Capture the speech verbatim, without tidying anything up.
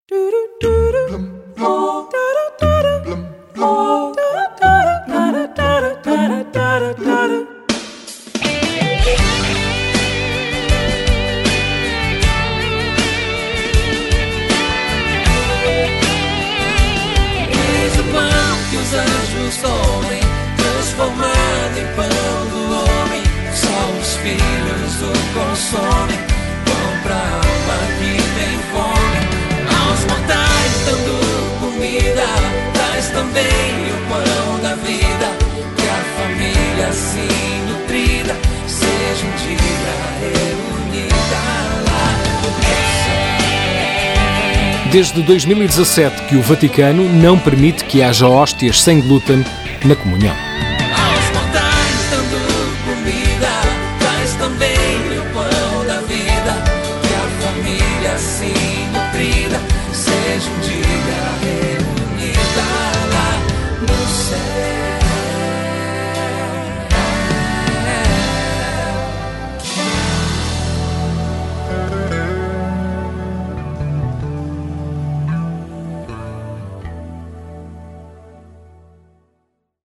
Homem, transformado em pão do homem, só os filhos o consomem, pão pra alma que tem fome. Aos mortais dando comida, traz também o pão da vida, que a família assim nutrida seja um dia reunida lá no céu. Desde dois mil e dezassete que o Vaticano não permite que haja hóstias sem glúten na comunhão.